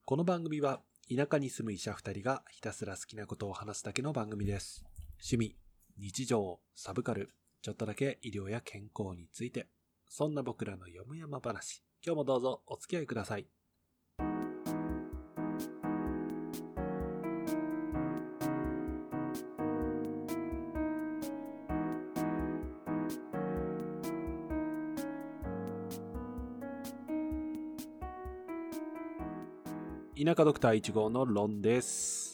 この番組は田舎に住む医者2人がひたすら好きなことを話すだけの番組です。趣味、日常、サブカル、ちょっとだけ医療や健康について、そんな僕らのよもやま話、今日もどうぞお付き合いください。田舎ドクター1号のロンです。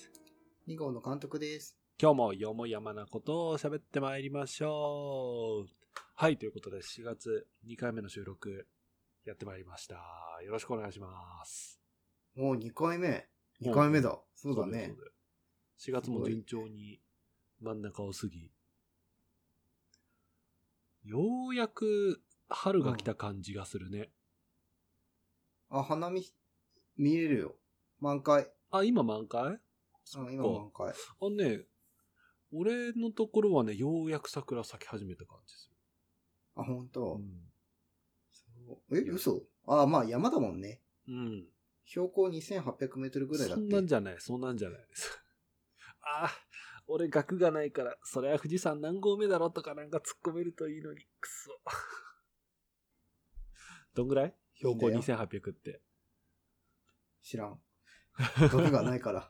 2号の監督です。 今日もよもやまなことを喋ってまいりましょう。はい、ということで4月2回目の収録やってまいりました。よろしくお願いします。 もう2回目。2回目だ。そうだね。 4月も順調に真ん中を過ぎ、ようやく春が来た感じがするね。 花見れるよ。満開。 今満開？ 今満開。 俺のところはね、ようやく桜咲き始めた感じする。 ほんと？ うん。 嘘？まあ山だもんね。 うん。 標高2800メートルぐらいだっけ？ そんなんじゃないです。俺学がないから、それは富士山何合目だろとかなんか突っ込めるといいのに、くそ。どんぐらい？標高2800って。 知らん。学がないから。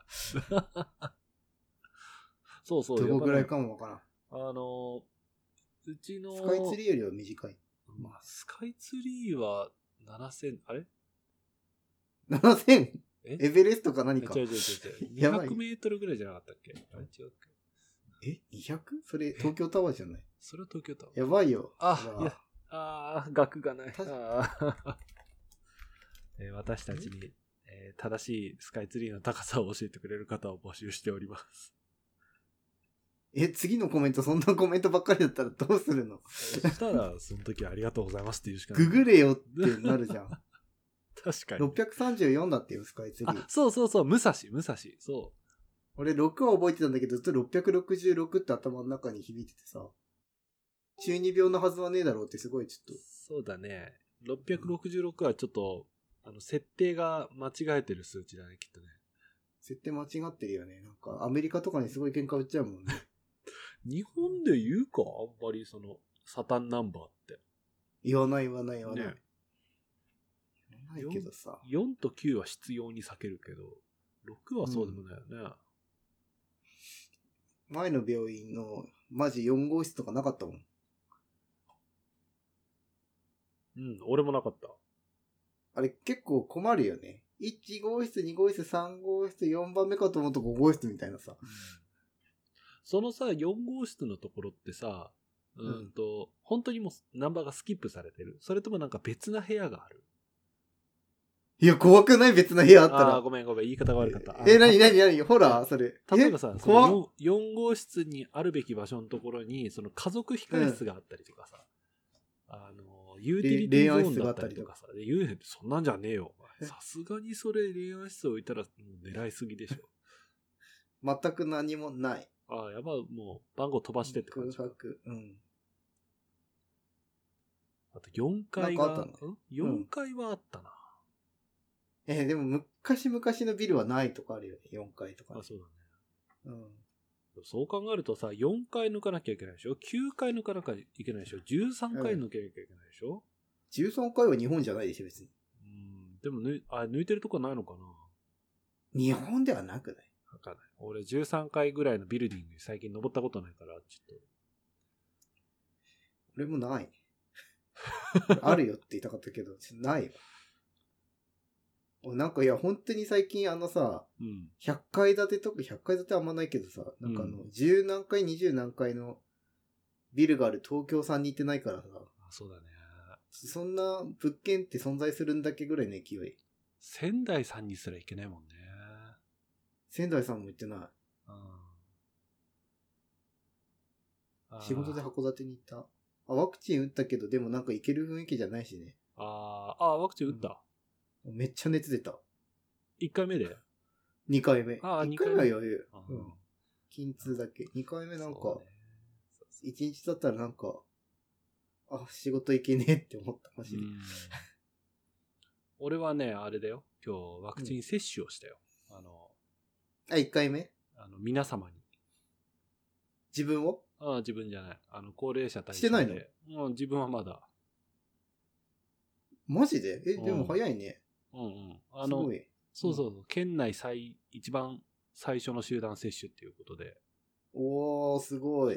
そうそう。 どこぐらいかもわからん。 うちの。 スカイツリーよりは短い。 スカイツリーは7000、あれ ?7000? エベレストか何か。 違う。200メートルぐらいじゃなかったっけ？あれ違うっけ？200? それ東京タワーじゃない？ それは東京タワー。 やばいよ。 額がない。私たちに、正しいスカイツリーの高さを教えてくれる方を募集しております。 次のコメント、そんなコメントばっかりだったらどうするの？ そしたら、その時はありがとうございますって言うしかない。 ググれよってなるじゃん。 確かに。 634だってよ、スカイツリー。 そう。武蔵。そう。 俺6は覚えてたんだけど、ずっと666って頭の中に響いててさ。中二病のはずはねえだろうってすごいちょっと。 そうだね。666はちょっと、設定が間違えてる数値だね、きっとね。 設定間違ってるよね。なんか、アメリカとかにすごい喧嘩売っちゃうもんね。 日本で言うか？あんまりサタンナンバーって。 言わない。ね、言わないけどさ。 4と9は必要に避けるけど、6はそうでもないよね。 前の病院の、マジ4号室とかなかったもん。 俺もなかった。 あれ結構困るよね。1号室、2号室、3号室、4番目かと思うと5号室みたいなさ。 そのさ、4号室のところってさ、本当にもうナンバーがスキップされてる？それともなんか別な部屋がある？ いや、怖くない？別な部屋あったら。 ごめん。言い方が悪かった。 何ほら、それ。 例えばさ、4号室にあるべき場所のところに、家族控室があったりとかさ、ユーティリティゾーンだったりとかさ、そんなんじゃねえよ。さすがにそれ霊安室置いたらもう狙いすぎでしょ。 全く何もない。 やばい、もう番号飛ばしてって感じ。 空白。 あと4階が、4階はあったな。 でも昔々のビルはないとかあるよね、4階とか、ね。 そうだね。そう考えるとさ、4階抜かなきゃいけないでしょ？ 9 階抜かなきゃいけないでしょ？ 13 階抜けなきゃいけないでしょ？ 13 階は日本じゃないでしょ、別に。 でも抜いてるとこないのかな？ 日本ではなくない？ わかんない。俺13階ぐらいのビルディングに最近登ったことないから、ちょっと。 俺もない。あるよって言いたかったけど、ないわ。なんか本当に最近100階建てとか、100階建てあんまないけどさ、なんか10何階、20何階のビルがある東京さんに行ってないからさ。 そうだね。 そんな物件って存在するんだけぐらいの勢い。 仙台さんにすら行けないもんね。 仙台さんも行ってない。仕事で函館に行った。ワクチン打ったけど、でもなんか行ける雰囲気じゃないしね。 ワクチン打った？ めっちゃ熱出た。 1回目で ?2 回目。1回目は余裕。筋痛だけ。2回目なんか、1日経ったらなんか、仕事行けねえって思った、マジで。 俺はね、あれだよ。 今日ワクチン接種をしたよ。 1回目皆様に。 自分を自分じゃない。高齢者対象で。 してないの？ 自分はまだ。 マジで？でも早いね。すごい。 そうそう。県内一番最初の集団接種っていうことで。 おー、すごい。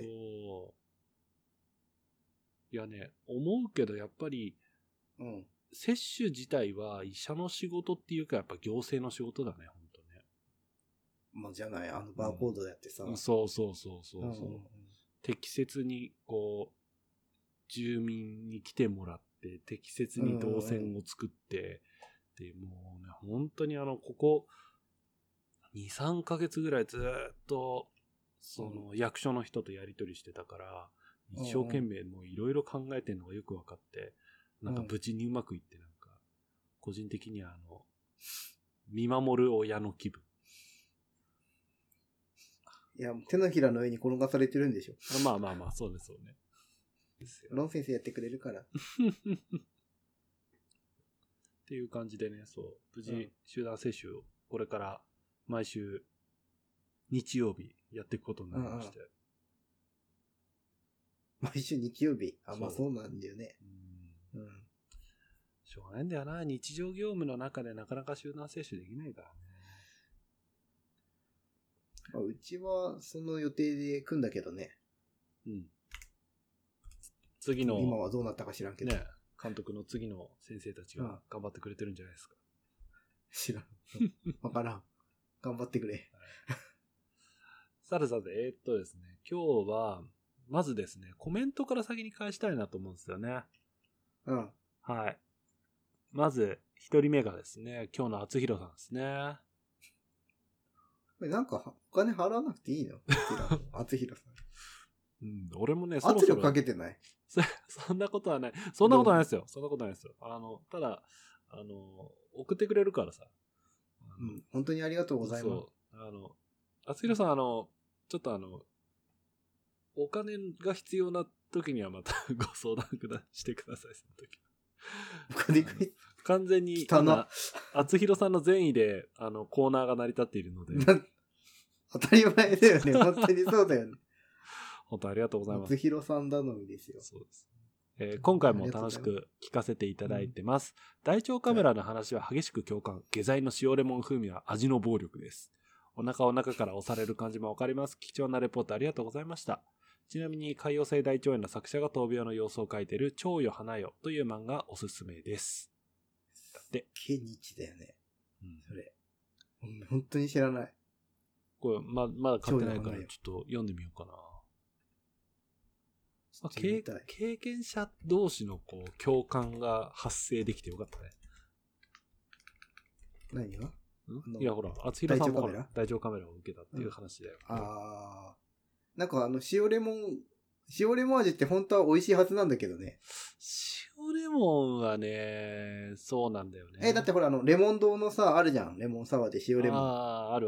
いやね、思うけどやっぱり、接種自体は医者の仕事っていうかやっぱ行政の仕事だね、本当ね。 まあじゃない、バーコードやってさ。 そう。適切に住民に来てもらって、適切に動線を作って、で、もうね、本当にここ、2、3ヶ月ぐらいずっと、役所の人とやり取りしてたから、一生懸命もういろいろ考えてるのがよく分かって、なんか無事にうまくいって、なんか、個人的には見守る親の気分。 いや、手のひらの上に転がされてるんでしょ。 まあ、そうですよね。 ロン先生やってくれるから。 っていう感じでね、無事集団接種をこれから毎週日曜日やっていくことになりまして。 毎週日曜日？まあそうなんだよね。 しょうがないんだよな。日常業務の中でなかなか集団接種できないからね。 うちはその予定で組んだけどね。 次の。 今はどうなったか知らんけど。 ね。監督の次の先生たちが頑張ってくれてるんじゃないですか。 知らん。わからん。頑張ってくれ。 さてですね、今日は、まずですね、コメントから先に返したいなと思うんですよね。はい。まず、一人目がですね、今日の厚弘さんですね。 これなんか、お金払わなくていいの？厚弘さん。 俺もね、 圧力かけてない？ そんなことはない。そんなことないですよ。ただ、送ってくれるからさ。 本当にありがとうございます。 厚弘さん、ちょっとお金が必要な時にはまたご相談してください、その時。 お金が完全に、厚弘さんの善意で、コーナーが成り立っているので。 当たり前だよね。本当にそうだよね。 本当ありがとうございます。 厚弘さん頼みですよ。 そうです。今回も楽しく聞かせていただいてます。大腸カメラの話は激しく共感。下剤の塩レモン風味は味の暴力です。お腹を中から押される感じもわかります。貴重なレポートありがとうございました。ちなみに海洋性大腸炎の作者が闘病の様子を描いている蝶よ花よという漫画おすすめです。だって。 ケニチだよね。それ。本当に知らない。 これまだ買ってないからちょっと読んでみようかな。経験者同士の共感が発生できてよかったね。 何が？ いやほら、厚弘さんも大腸カメラを受けたっていう話だよ。 なんか塩レモン味って本当は美味しいはずなんだけどね。 塩レモンはね、そうなんだよね。 だってほらレモン堂のさ、あるじゃん。レモンサワーで塩レモン。ある。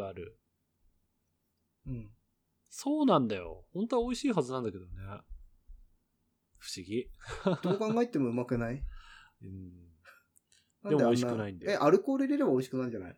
そうなんだよ。本当は美味しいはずなんだけどね。不思議。 どう考えてもうまくない？ でも美味しくないんだよ。 アルコール入れれば美味しくないんじゃない？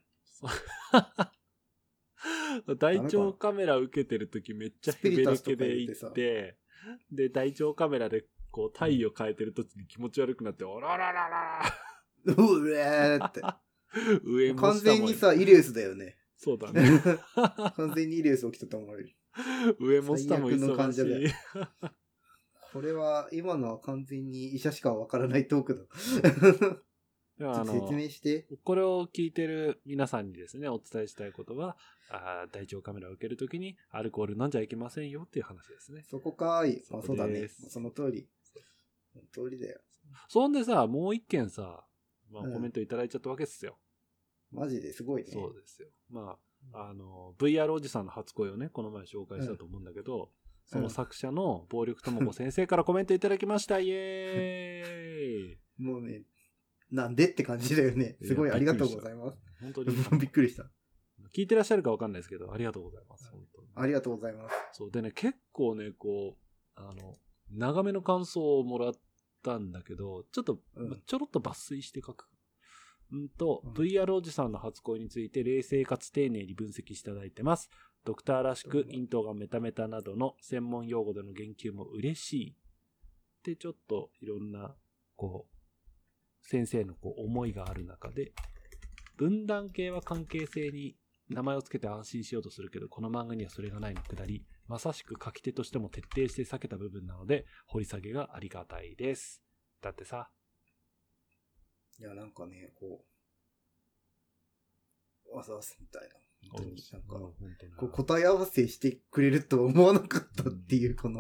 大腸カメラ受けてるときめっちゃヘベレケで行って、で、大腸カメラで体を変えてるときに気持ち悪くなって、おららららうえーって。 上も完全にさ、イレースだよね。 そうだね。 完全にイレース起きたと思われる。 上も下も忙しい。 これは、今のは完全に医者しかわからないトークだ。説明して。 これを聞いてる皆さんにですね、お伝えしたいことは、大腸カメラを受けるときにアルコール飲んじゃいけませんよっていう話ですね。 そこかーい。そうだね。その通り。その通りだよ。 そんでさ、もう一件さ、コメントいただいちゃったわけですよ。 マジですごいね。 そうですよ。VR おじさんの初恋をね、この前紹介したと思うんだけど、その作者の暴力ともこ先生からコメントいただきました。イエーイ。 もうね、なんでって感じだよね。すごいありがとうございます。 本当にびっくりした。 聞いてらっしゃるかわかんないですけど、ありがとうございます。本当にありがとうございます。 そうでね、結構ね、長めの感想をもらったんだけど、ちょろっと抜粋して書く。 VR おじさんの初恋について冷静かつ丁寧に分析していただいてます。ドクターらしく、咽頭がメタメタなどの専門用語での言及も嬉しい。で、ちょっといろんな、先生の思いがある中で、分断系は関係性に名前をつけて安心しようとするけど、この漫画にはそれがないのくだり、まさしく書き手としても徹底して避けた部分なので、掘り下げがありがたいです。だってさ。 いや、なんかね、わざわざみたいな。本当になんか、答え合わせしてくれるとは思わなかったっていう、こ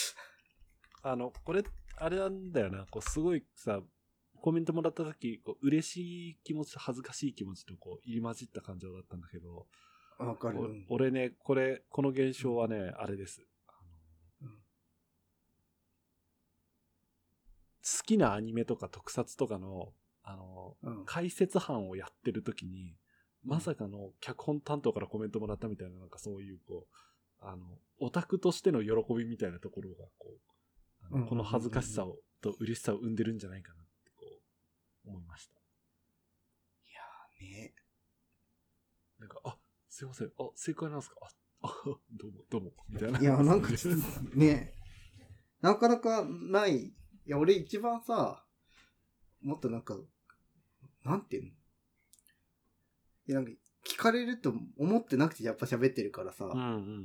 れ、あれなんだよな、すごいさ、コメントもらった時、嬉しい気持ちと恥ずかしい気持ちと入り混じった感情だったんだけど、 わかる。 俺ね、この現象はね、あれです。好きなアニメとか特撮とかの、解説班をやってる時に、まさかの脚本担当からコメントもらったみたいな、なんかそういう、オタクとしての喜びみたいなところが、この恥ずかしさと嬉しさを生んでるんじゃないかなって思いました。 いやーね。 なんか、すいません。正解なんですか？どうも、みたいな。 いや、なんかね、なかなかない。いや、俺一番さ、もっとなんか、なんていうの？いや、なんか、聞かれると思ってなくてやっぱ喋ってるからさ。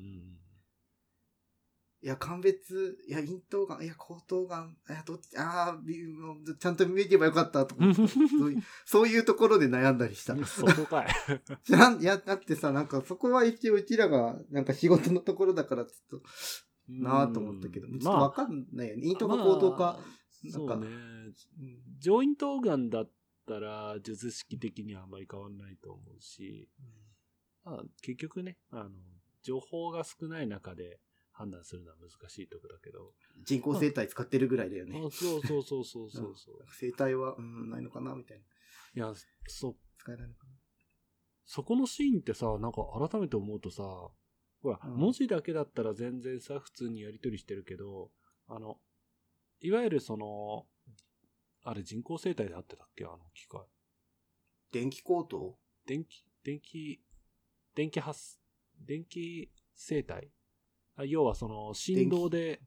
いや、鑑別、いや、咽頭がん、いや、口頭がん、いや、どっち、ちゃんと見てばよかったと思ってそういうところで悩んだりした。 そこかい。 いや、だってさ、なんかそこは一応うちらが、なんか仕事のところだからちょっと、なぁと思ったけど、ちょっとわかんないよね。咽頭か口頭か。 そうね。上咽頭がんだったら、術式的にはあんまり変わんないと思うし、結局ね、情報が少ない中で、判断するのは難しいところだけど。 人工生態使ってるぐらいだよね。 そう。 生態は、ないのかなみたいな。 いや、そう。 使えないのかな。 そこのシーンってさ、なんか改めて思うとさ、ほら、文字だけだったら全然さ、普通にやり取りしてるけど、いわゆるあれ人工生態であってたっけ？機械。 電気口頭？ 電気生態。要は振動で、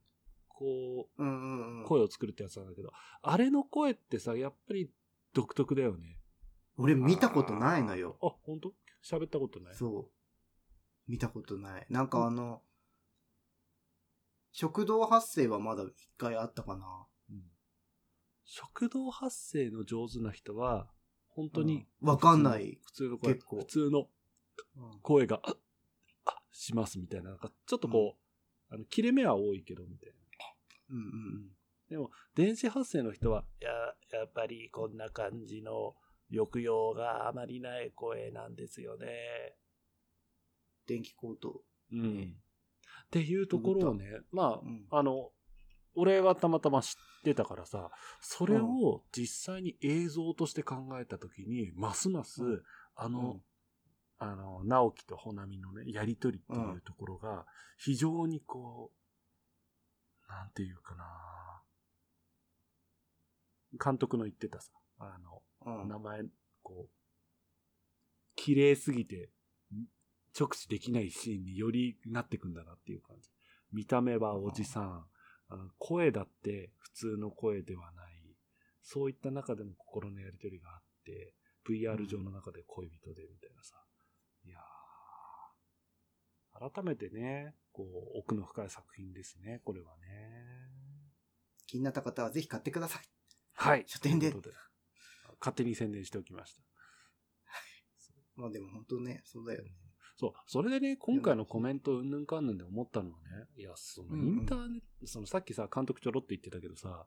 声を作るってやつなんだけど、あれの声ってさ、やっぱり独特だよね。 俺見たことないのよ。 本当？喋ったことない？ そう。見たことない。なんか食道発声はまだ一回あったかな。 食道発声の上手な人は、本当に、 わかんない。 普通の声。普通の声が、しますみたいな。なんかちょっと切れ目は多いけど、みたいな。でも、電子発声の人は、やっぱりこんな感じの抑揚があまりない声なんですよね。 電気口頭。 っていうところをね、俺はたまたま知ってたからさ、それを実際に映像として考えたときに、ますます、直樹と穂波のね、やりとりっていうところが、非常になんていうかな、監督の言ってたさ、名前、綺麗すぎて、直視できないシーンによりなってくんだなっていう感じ。見た目はおじさん、声だって普通の声ではない。そういった中での心のやりとりがあって、VR 上の中で恋人でみたいなさ。いやー、改めてね、奥の深い作品ですね、これはね。 気になった方はぜひ買ってください。 はい。 書店で。 勝手に宣伝しておきました。 まあでも本当ね、そうだよね。 そう。それでね、今回のコメントうんぬんかんぬんで思ったのはね、いや、インターネット、さっきさ、監督ちょろって言ってたけどさ、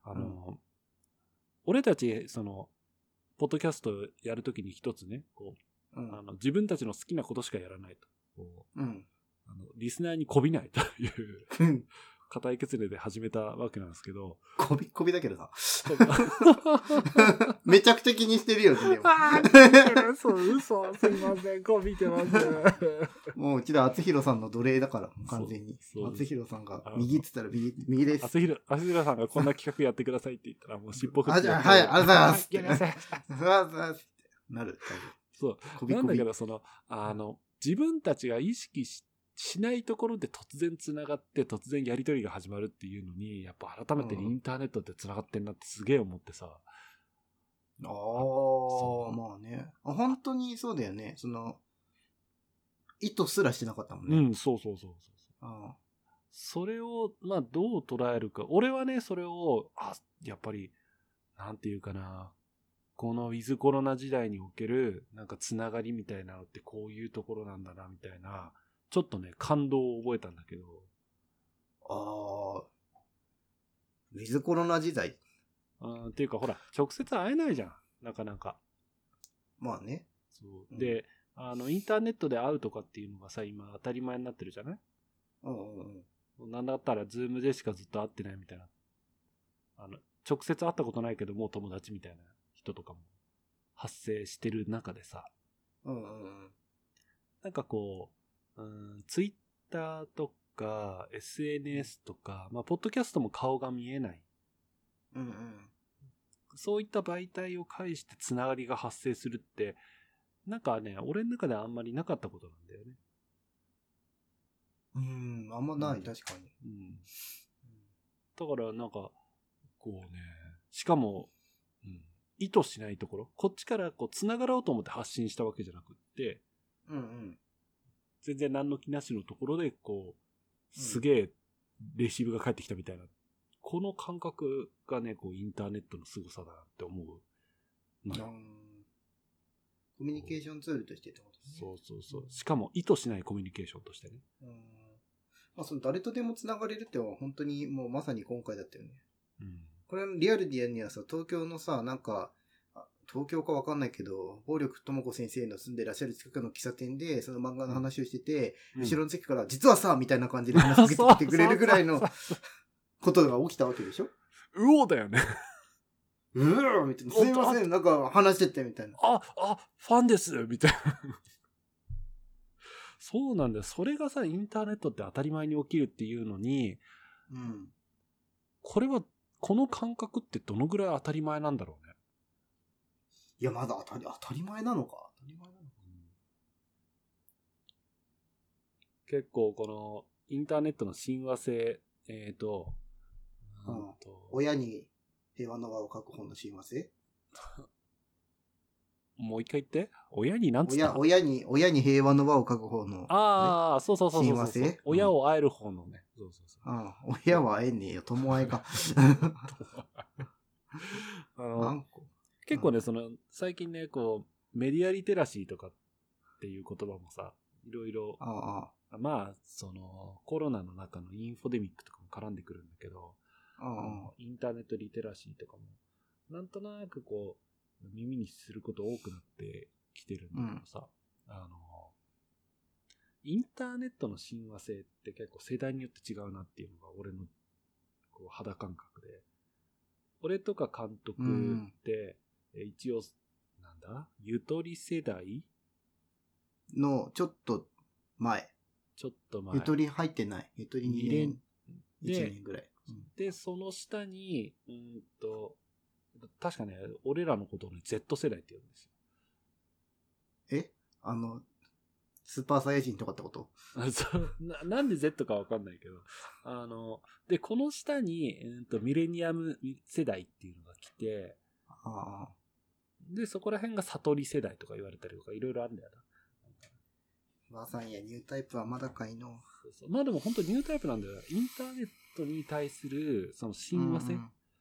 俺たち、ポッドキャストやるときに一つね、自分たちの好きなことしかやらないと。リスナーに媚びないという固い決意で始めたわけなんですけど。 媚びだけどさ。めちゃくちゃ気にしてるよね。 嘘、すいません、媚びてます。 もううちら厚弘さんの奴隷だから、完全に。厚弘さんが右って言ったら右です。 厚弘さんがこんな企画やってくださいって言ったら、もう尻尾振って。 はい、ありがとうございます。 なる。 そう。 こびこびなんだけど、自分たちが意識しないところで突然繋がって突然やりとりが始まるっていうのに、やっぱ改めてインターネットって繋がってんなってすげえ思ってさ。 まあね。本当にそうだよね。意図すらしてなかったもんね。 うん、そう。それを、まあ、どう捉えるか。俺はね、それを、やっぱり、なんていうかな。このウィズコロナ時代における、なんかつながりみたいなのってこういうところなんだな、みたいな、ちょっとね、感動を覚えたんだけど。 ウィズコロナ時代。 っていうか、ほら、直接会えないじゃん。なかなか。 まあね。 そう。で、インターネットで会うとかっていうのがさ、今当たり前になってるじゃない？なんだったら、ズームでしかずっと会ってないみたいな。直接会ったことないけど、もう友達みたいな人とかも発生してる中でさ。なんかこう、ツイッターとか、SNS とか、まあ、ポッドキャストも顔が見えない。そういった媒体を介してつながりが発生するって、なんかね、俺の中ではあんまりなかったことなんだよね。 あんまない、確かに。 だからなんか、こうね、しかも、意図しないところ、こっちからこう繋がろうと思って発信したわけじゃなくって、全然何の気なしのところで、こう、すげえレシーブが返ってきたみたいな、この感覚がね、こうインターネットの凄さだなって思う。 コミュニケーションツールとしてってことですね。そう。しかも意図しないコミュニケーションとしてね。 まあ、誰とでも繋がれるって本当にもうまさに今回だったよね。これリアルでやるにはさ、東京のさ、なんか、東京かわかんないけど、暴力智子先生の住んでらっしゃる近くの喫茶店で、その漫画の話をしてて、後ろの席から、実はさ、みたいな感じで話しかけてきてくれるぐらいのことが起きたわけでしょ？ うおだよね。 みたいな。すいません、なんか話してて、みたいな。 ファンです、みたいな。そうなんだよ。それがさ、インターネットって当たり前に起きるっていうのに、この感覚ってどのぐらい当たり前なんだろうね。 いや、まだ当たり前なのか。 結構このインターネットの親和性、 親に平和の輪を書く本の親和性もう一回言って。親になんつった？ 親に平和の輪を書く方の。 そう。親和性？親を会える方のね。そう。 親は会えねえよ。友愛か。 結構ね、最近ね、こう、メディアリテラシーとかっていう言葉もさ、いろいろ、まあ、コロナの中のインフォデミックとかも絡んでくるんだけど、インターネットリテラシーとかも、なんとなくこう、耳にすること多くなってきてるんだけどさ、インターネットの親和性って結構世代によって違うなっていうのが俺のこう肌感覚で、俺とか監督って、一応、なんだ？ゆとり世代のちょっと前。ゆとり入ってない。ゆとり2年、1年ぐらい。 で、その下に、確かね、俺らのことをね、Z 世代って言うんですよ。 スーパーサイヤ人とかってこと？ なんで Z かわかんないけど。で、この下に、ミレニアム世代っていうのが来て、で、そこら辺が悟り世代とか言われたりとか、いろいろあるんだよな。 ばあさんやニュータイプはまだかいの。 そう。まあでも本当ニュータイプなんだよ。インターネットに対する、その親和性。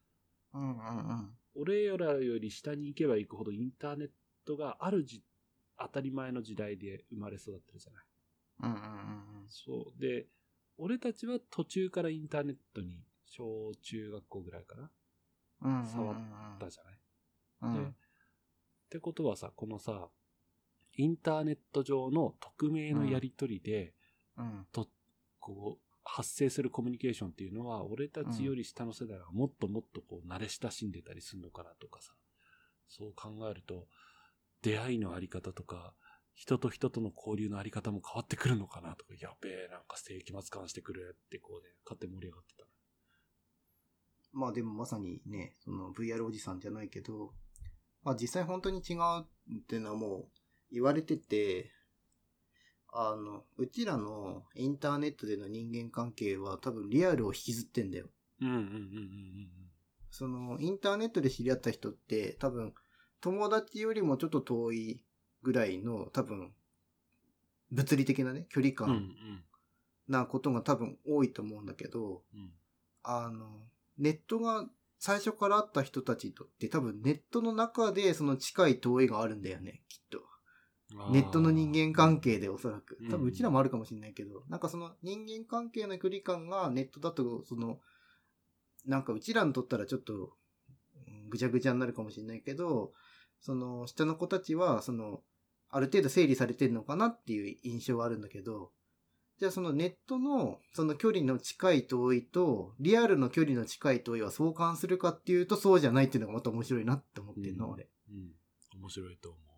俺らより下に行けば行くほどインターネットが当たり前の時代で生まれ育ってるじゃない。そう。で、俺たちは途中からインターネットに小中学校ぐらいかな。触ったじゃない。ってことはさ、このさ、インターネット上の匿名のやり取りで、こう、発生するコミュニケーションっていうのは、俺たちより下の世代はもっともっとこう、慣れ親しんでたりするのかなとかさ、そう考えると、出会いのあり方とか、人と人との交流のあり方も変わってくるのかなとか、やべえ、なんか世紀末感してくるってこうね、勝手に盛り上がってた。 まあでもまさにね、VR おじさんじゃないけど、 まあ実際本当に違うっていうのはもう言われてて、うちらのインターネットでの人間関係は多分リアルを引きずってんだよ。そのインターネットで知り合った人って多分友達よりもちょっと遠いぐらいの多分物理的なね、距離感なことが多分多いと思うんだけど、ネットが最初からあった人たちとって多分ネットの中でその近い遠いがあるんだよね、きっと。ネットの人間関係でおそらく。多分うちらもあるかもしれないけど、なんかその人間関係の距離感がネットだと、その、なんかうちらにとったらちょっとぐちゃぐちゃになるかもしれないけど、その下の子たちはその、ある程度整理されてるのかなっていう印象はあるんだけど、じゃあそのネットのその距離の近い遠いとリアルの距離の近い遠いは相関するかっていうとそうじゃないっていうのがまた面白いなって思ってるの、俺。 面白いと思う。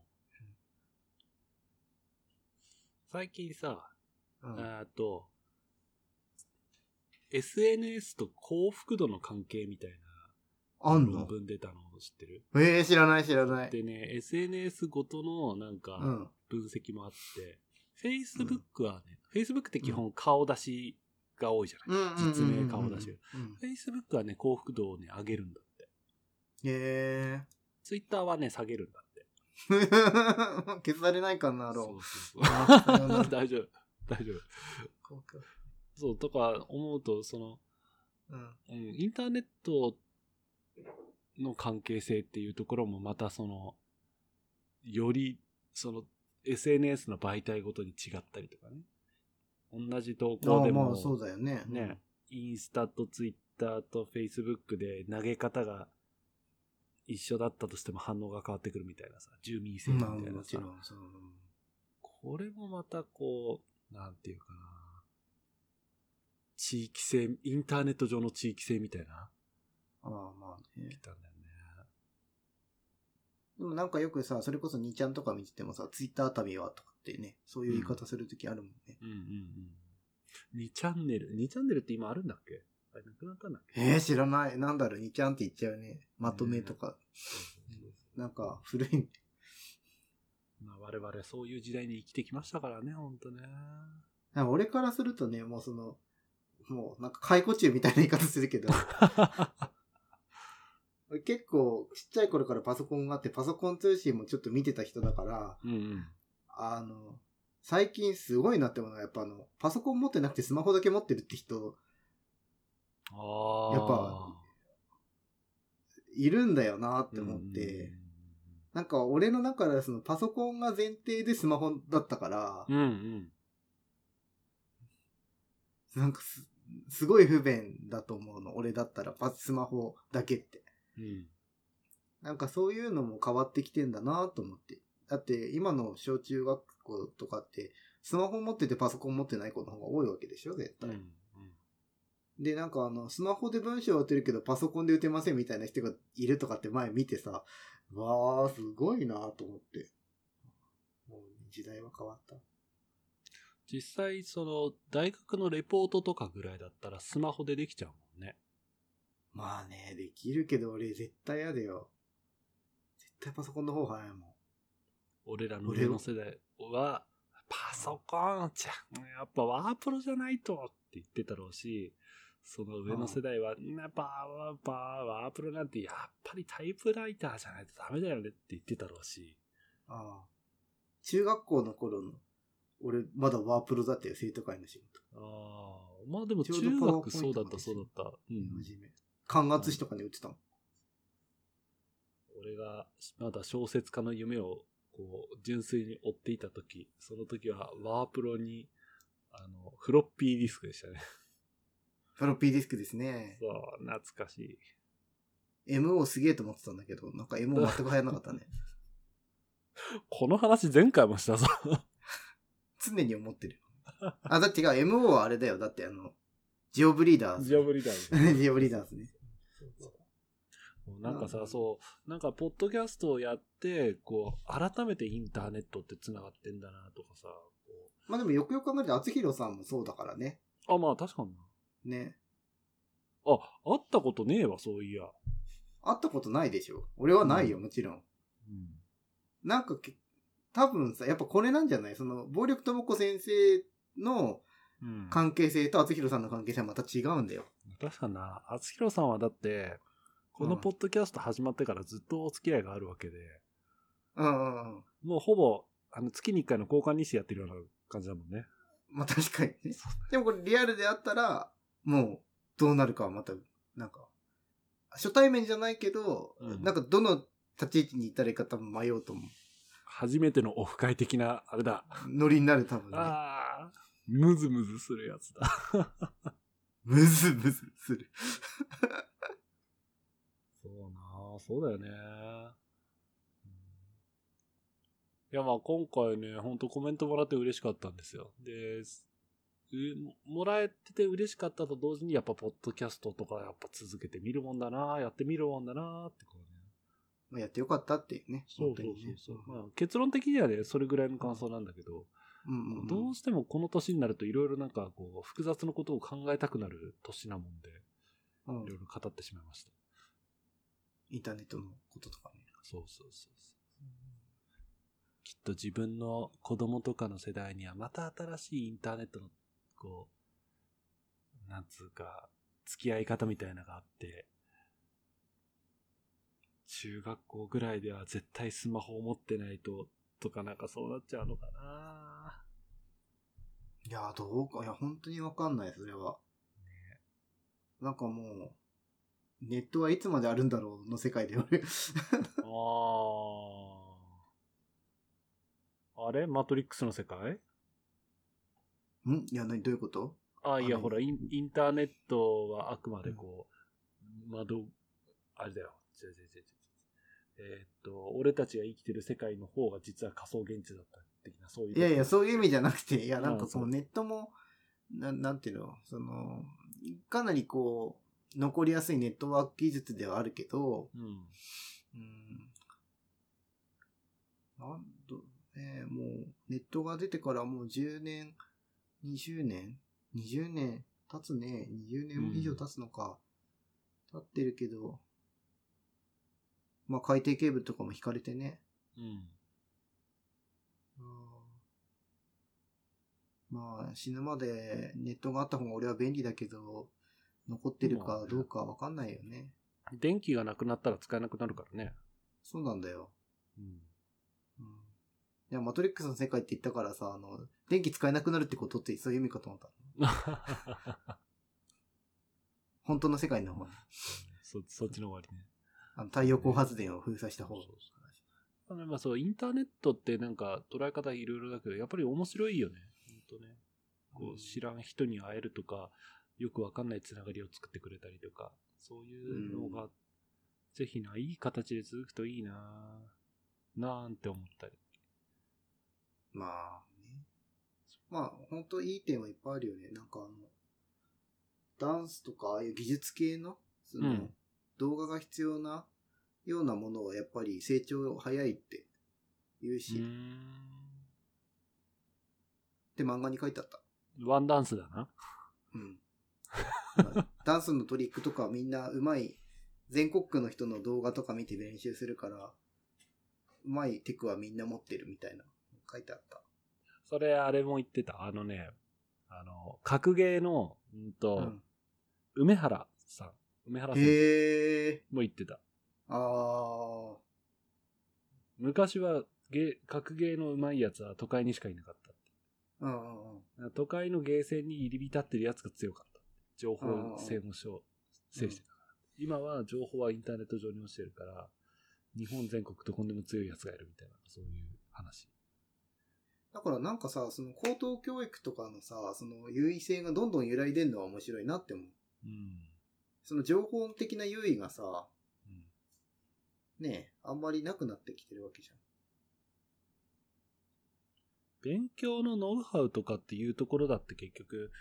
最近さ、SNS と幸福度の関係みたいな論文出たのを知ってる？ 知らない。 でね、SNS ごとのなんか分析もあって、Facebook はね、Facebook って基本顔出しが多いじゃない、実名顔出し。Facebook はね、幸福度をね、上げるんだって。Twitter はね、下げるんだって。 消されないかな、そう。 大丈夫。そう、とか思うと、その、インターネットの関係性っていうところもまたその、より、その、SNS の媒体ごとに違ったりとかね。同じ投稿でも、 まあそうだよね。 インスタとツイッターとフェイスブックで投げ方が一緒だったとしても反応が変わってくるみたいなさ、住民性みたいなさ。これもまたこう、なんていうかな。地域性、インターネット上の地域性みたいな。 まあね。 来たんだよね。 でもなんかよくさ、それこそ2ちゃんとか見ててもさ、ツイッター旅はとかってね、そういう言い方するときあるもんね。 2チャンネルって今あるんだっけ？あれなくなったんだっけ？ 知らない。なんだろう、2ちゃんって言っちゃうね。まとめとか。なんか古い。 まあ我々そういう時代に生きてきましたからね、ほんとね。 俺からするとね、もうその、もうなんか解雇中みたいな言い方するけど。結構ちっちゃい頃からパソコンがあってパソコン通信もちょっと見てた人だから、最近すごいなって思うのがやっぱパソコン持ってなくてスマホだけ持ってるって人、やっぱいるんだよなって思って、なんか俺の中ではそのパソコンが前提でスマホだったから、なんかすごい不便だと思うの。俺だったらスマホだけって。なんかそういうのも変わってきてんだなと思って。だって今の小中学校とかってスマホ持っててパソコン持ってない子の方が多いわけでしょ、絶対。で、なんかスマホで文章を打てるけどパソコンで打てませんみたいな人がいるとかって前見てさ、わーすごいなと思って。もう時代は変わった。 実際その大学のレポートとかぐらいだったらスマホでできちゃうもんね。 まあね、できるけど俺絶対嫌だよ。絶対パソコンの方早いもん。 俺らの上の世代はパソコンじゃやっぱワープロじゃないとって言ってたろうし、その上の世代はやっぱワープロなんてやっぱりタイプライターじゃないとダメだよねって言ってたろうし。 中学校の頃の俺まだワープロだったよ、生徒会の仕事。 まあでも中学そうだった。真面目。感圧紙とかに打ってたもん。 俺がまだ小説家の夢をこう純粋に追っていた時、その時はワープロにフロッピーディスクでしたね。 フロッピーディスクですね。 そう、懐かしい。 MO すげえと思ってたんだけど、なんか MO 全く流行んなかったね。 この話前回もしたぞ。 常に思ってる。だって違う、MO はあれだよ。だってジオブリーダーズ。 ジオブリーダーズ。 ジオブリーダーズね。 なんかさ、なんかポッドキャストをやって、こう、改めてインターネットって繋がってんだなとかさ。 まあでもよくよく考えると、厚弘さんもそうだからね。 まあ確かに。 ね。 会ったことねえわ、そういや。 会ったことないでしょ。俺はないよ、もちろん。 なんか多分さ、やっぱこれなんじゃない？その、暴力智子先生の関係性と厚弘さんの関係性はまた違うんだよ。 確かな。厚弘さんはだって、このポッドキャスト始まってからずっとお付き合いがあるわけで、もうほぼ、月に1回の交換日誌やってるような感じだもんね。 まあ確かにね。でもこれリアルであったら、もう、どうなるかはまた、なんか、初対面じゃないけど、なんかどの立ち位置にいたらいいか多分迷うと思う。 初めてのオフ会的な、あれだ。 ノリになる多分ね。 ああ、ムズムズするやつだ。 ムズムズする。 そうなあ、そうだよね。いやまあ今回ね、ほんとコメントもらって嬉しかったんですよ。で、もらえてて嬉しかったと同時にやっぱポッドキャストとかやっぱ続けてみるもんだな、やってみるもんだなってこうね。 まあやってよかったっていうね。 そう。まあ結論的にはね、それぐらいの感想なんだけど、どうしてもこの年になるといろいろなんかこう複雑なことを考えたくなる年なもんで、いろいろ語ってしまいました。 インターネットのこととかね。 そう。きっと自分の子供とかの世代にはまた新しいインターネットのこうなんつうか付き合い方みたいなのがあって、中学校ぐらいでは絶対スマホを持ってないとかなんかそうなっちゃうのかな。 いやどうか、いや本当にわかんないそれは、ね、なんかもうネットはいつまであるんだろうの世界で俺あれマトリックスの世界？ いや、どういうこと？ いや、ほら、インターネットはあくまでこう、あれだよ。俺たちが生きてる世界の方が実は仮想現実だった的な、そういう。 いや、そういう意味じゃなくて、いや、なんかこう、ネットも、なんていうの、かなりこう、残りやすいネットワーク技術ではあるけど、もう、ネットが出てからもう10年、20年経つね。20年以上経つのか。経ってるけど、まあ海底ケーブルとかも引かれてね。まあ死ぬまでネットがあった方が俺は便利だけど、残ってるかどうかわかんないよね。 電気がなくなったら使えなくなるからね。 そうなんだよ。いや、マトリックスの世界って言ったからさ、電気使えなくなるってことってそういう意味かと思った。本当の世界の方ね。 そっちの終わりね。 太陽光発電を封鎖した方。 まあそう、インターネットってなんか捉え方いろいろだけど、やっぱり面白いよね。本当ね。こう知らん人に会えるとか、よくわかんないつながりを作ってくれたりとか、そういうのが、ぜひな、いい形で続くといいななんて思ったり。 まあね。まあ本当いい点はいっぱいあるよね。なんかダンスとかああいう技術系の動画が必要なようなものはやっぱり成長早いって言うし。って漫画に書いてあった。 ワンダンスだな。 ダンスのトリックとかみんな上手い、全国区の人の動画とか見て練習するから、上手いテクはみんな持ってるみたいな書いてあった。 それあれも言ってた。格ゲーの、梅原さん。梅原先生も言ってた。昔は格ゲーの上手いやつは都会にしかいなかったって。都会のゲーセンに入り浸ってるやつが強かった。情報性も制してたから。今は情報はインターネット上に落ちてるから、日本全国どこにでも強いやつがいるみたいな、そういう話。 だからなんかさ、その高等教育とかのさ、その優位性がどんどん揺らいでんのは面白いなって思う。その情報的な優位がさ、ねえ、あんまりなくなってきてるわけじゃん。 勉強のノウハウとかっていうところだって結局、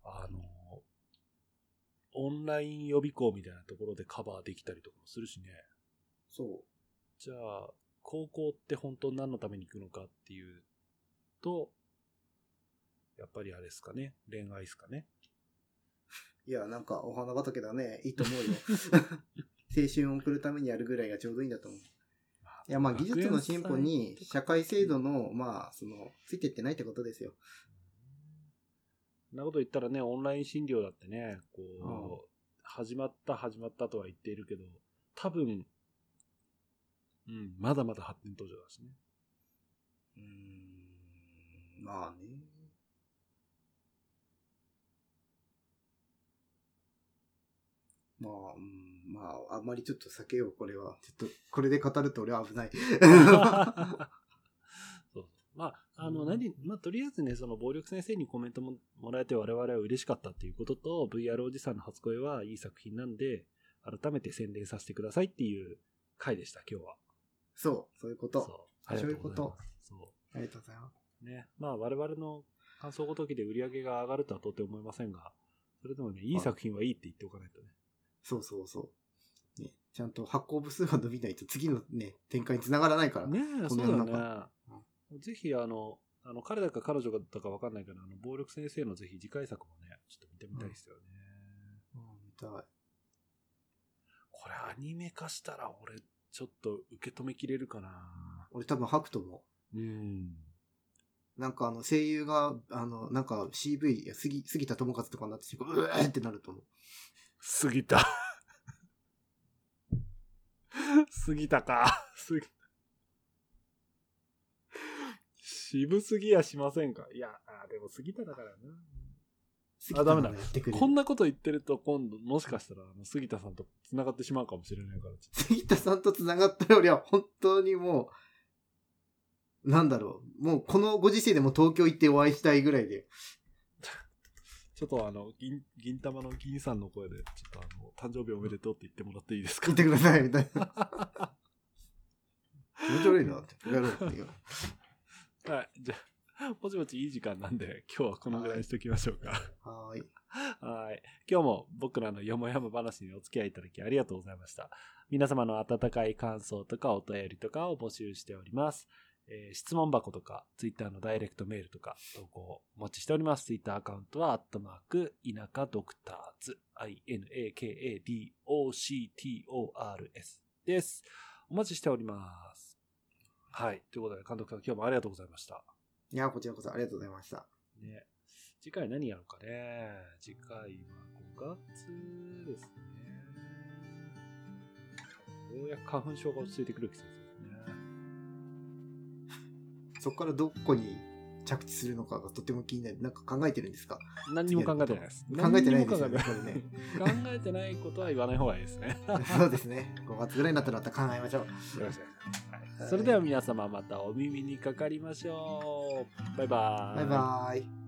オンライン予備校みたいなところでカバーできたりとかもするしね。 そう。 じゃあ、高校って本当に何のために行くのかっていうと、やっぱりあれですかね。恋愛ですかね。 いや、なんかお花畑だね。いいと思うよ。青春を送るためにやるぐらいがちょうどいいんだと思う。 いや、まあ技術の進歩に社会制度の、まあ、ついてってないってことですよ。 そんなこと言ったらね、オンライン診療だってね、こう、始まったとは言っているけど、多分、まだまだ発展途上だしね。 まあね。まあ、あんまりちょっと避けよう、これは。ちょっと、これで語ると俺は危ない。 そう。まあ、とりあえずね、その暴力先生にコメントもらえて我々は嬉しかったっていうことと、VR おじさんの初恋はいい作品なんで、改めて宣伝させてくださいっていう回でした、今日は。 そういうこと。 そういうこと。そう。 ありがとうございます。 ね。まあ、我々の感想ごときで売り上げが上がるとは到底思いませんが、それでもね、いい作品はいいって言っておかないとね。 そう。ね、ちゃんと発行部数が伸びないと次のね、展開につながらないから。 ねえ、そうだよね。ぜひ、彼だか彼女だか分かんないけど、暴力先生のぜひ次回作もね、ちょっと見てみたいですよね。 見たい。 これアニメ化したら俺、ちょっと受け止めきれるかな。 俺多分吐くと思う。なんか声優が、なんか CV、杉田智和とかになってしまう、うえーってなると思う。 杉田か。渋すぎやしませんか。いや、でも杉田だからな。ダメだ。こんなこと言ってると今度、もしかしたら杉田さんと繋がってしまうかもしれないから。 杉田さんと繋がったら俺は本当にもう、なんだろう。もうこのご時世でも東京行ってお会いしたいぐらいで。 ちょっと銀玉の銀さんの声で、ちょっと誕生日おめでとうって言ってもらっていいですか？ 言ってください、みたいな。気持ち悪いなって。やろうっていう。 はい。じゃあ、ぼちぼちいい時間なんで、今日はこのぐらいにしておきましょうか。 はい。 今日も僕らのよもやま話にお付き合いいただきありがとうございました。皆様の温かい感想とかお便りとかを募集しております。質問箱とか、ツイッターのダイレクトメールとか、投稿お待ちしております。ツイッターアカウントは、田舎ドクターズ、INAKADOCTORS です。お待ちしております。はい。ということで、監督さん今日もありがとうございました。 いや、こちらこそありがとうございました。 ね。次回何やるかね。次回は5月ですね。ようやく花粉症が落ち着いてくる季節ですね。 そこからどこに着地するのかがとても気になる。なんか考えてるんですか？ 何にも考えてないです。 考えてないですよね、これね。 考えてないことは言わない方がいいですね。 そうですね。5月ぐらいになったらまた考えましょう。 よろしくお願いします。それでは皆様またお耳にかかりましょう。バイバーイ。 バイバーイ。